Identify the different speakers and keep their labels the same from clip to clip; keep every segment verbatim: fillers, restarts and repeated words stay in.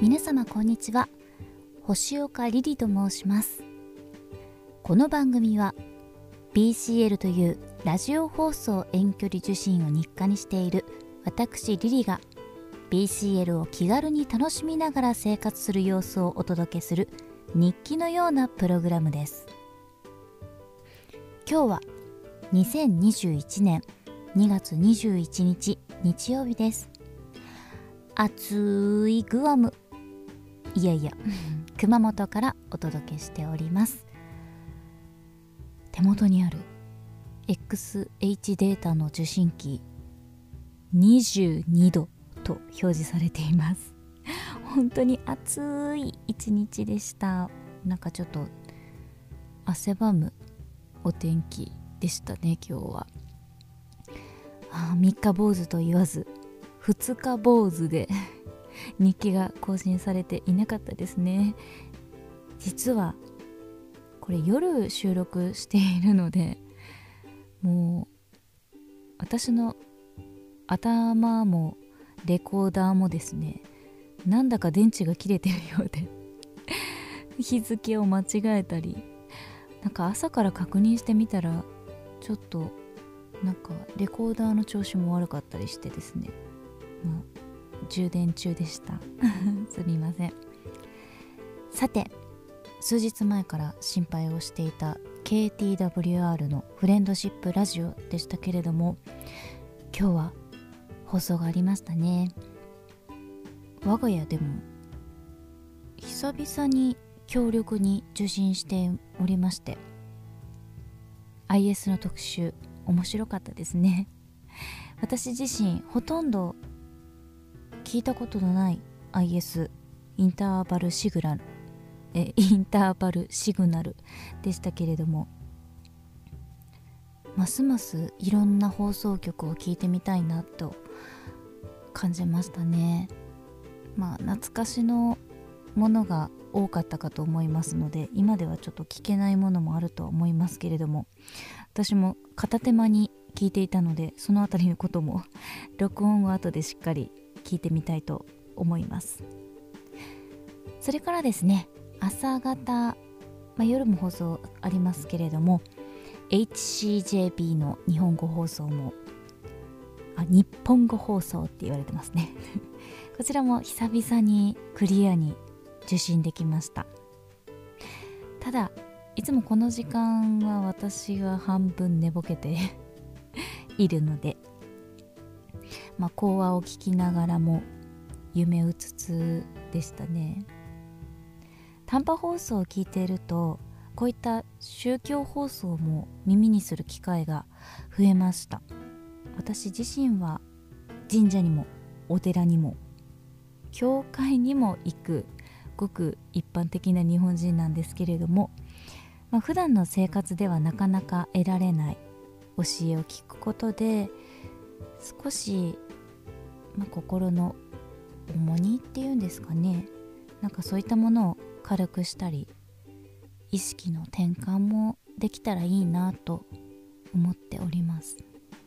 Speaker 1: 皆様こんにちは。星岡リリと申します。この番組は ビーシーエル というラジオ放送遠距離受信を日課にしている私リリが ビーシーエル を気軽に楽しみながら生活する様子をお届けする日記のようなプログラムです。今日はにせんにじゅういちねんにがつにじゅういちにち日曜日です。暑いグアム、いやいや熊本からお届けしております。手元にある エックスエイチ データの受信機にじゅうにどと表示されています。本当に暑い一日でした。なんかちょっと汗ばむお天気でしたね今日は。あ、みっか坊主と言わずふつか坊主で日記が更新されていなかったですね。実はこれ夜収録しているので、もう私の頭もレコーダーもですね、なんだか電池が切れてるようで日付を間違えたり、なんか朝から確認してみたらちょっとなんかレコーダーの調子も悪かったりしてですね、まあ、充電中でしたすみません。さて、数日前から心配をしていた ケーティーダブリューアール のフレンドシップラジオでしたけれども、今日は放送がありましたね。我が家でも久々に強力に受信しておりまして、 アイエス の特集面白かったですね。私自身ほとんど聞いたことのない アイエス インターバルシグナルえインターバルシグナルでしたけれども、ますますいろんな放送局を聞いてみたいなと感じましたね。まあ懐かしのものが多かったかと思いますので、今ではちょっと聞けないものもあるとは思いますけれども、私も片手間に聞いていたので、そのあたりのことも録音を後でしっかり聞いてみたいと思います。それからですね、朝方、まあ、夜も放送ありますけれども エイチシージェービー の日本語放送もあ日本語放送って言われてますねこちらも久々にクリアに受信できました。ただいつもこの時間は私が半分寝ぼけているので、まあ講話を聞きながらも夢うつつでしたね。短波放送を聞いていると、こういった宗教放送も耳にする機会が増えました。私自身は神社にもお寺にも教会にも行くごく一般的な日本人なんですけれども、まあ、普段の生活ではなかなか得られない教えを聞くことで、少し、まあ、心の重荷っていうんですかね、なんかそういったものを軽くしたり、意識の転換もできたらいいなと思っております。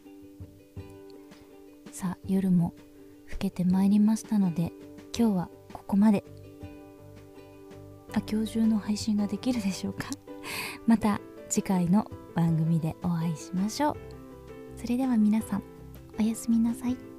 Speaker 1: さあ、夜も更けてまいりましたので、今日はここまで。あ、今日中の配信ができるでしょうかまた次回の番組でお会いしましょう。それでは皆さん、おやすみなさい。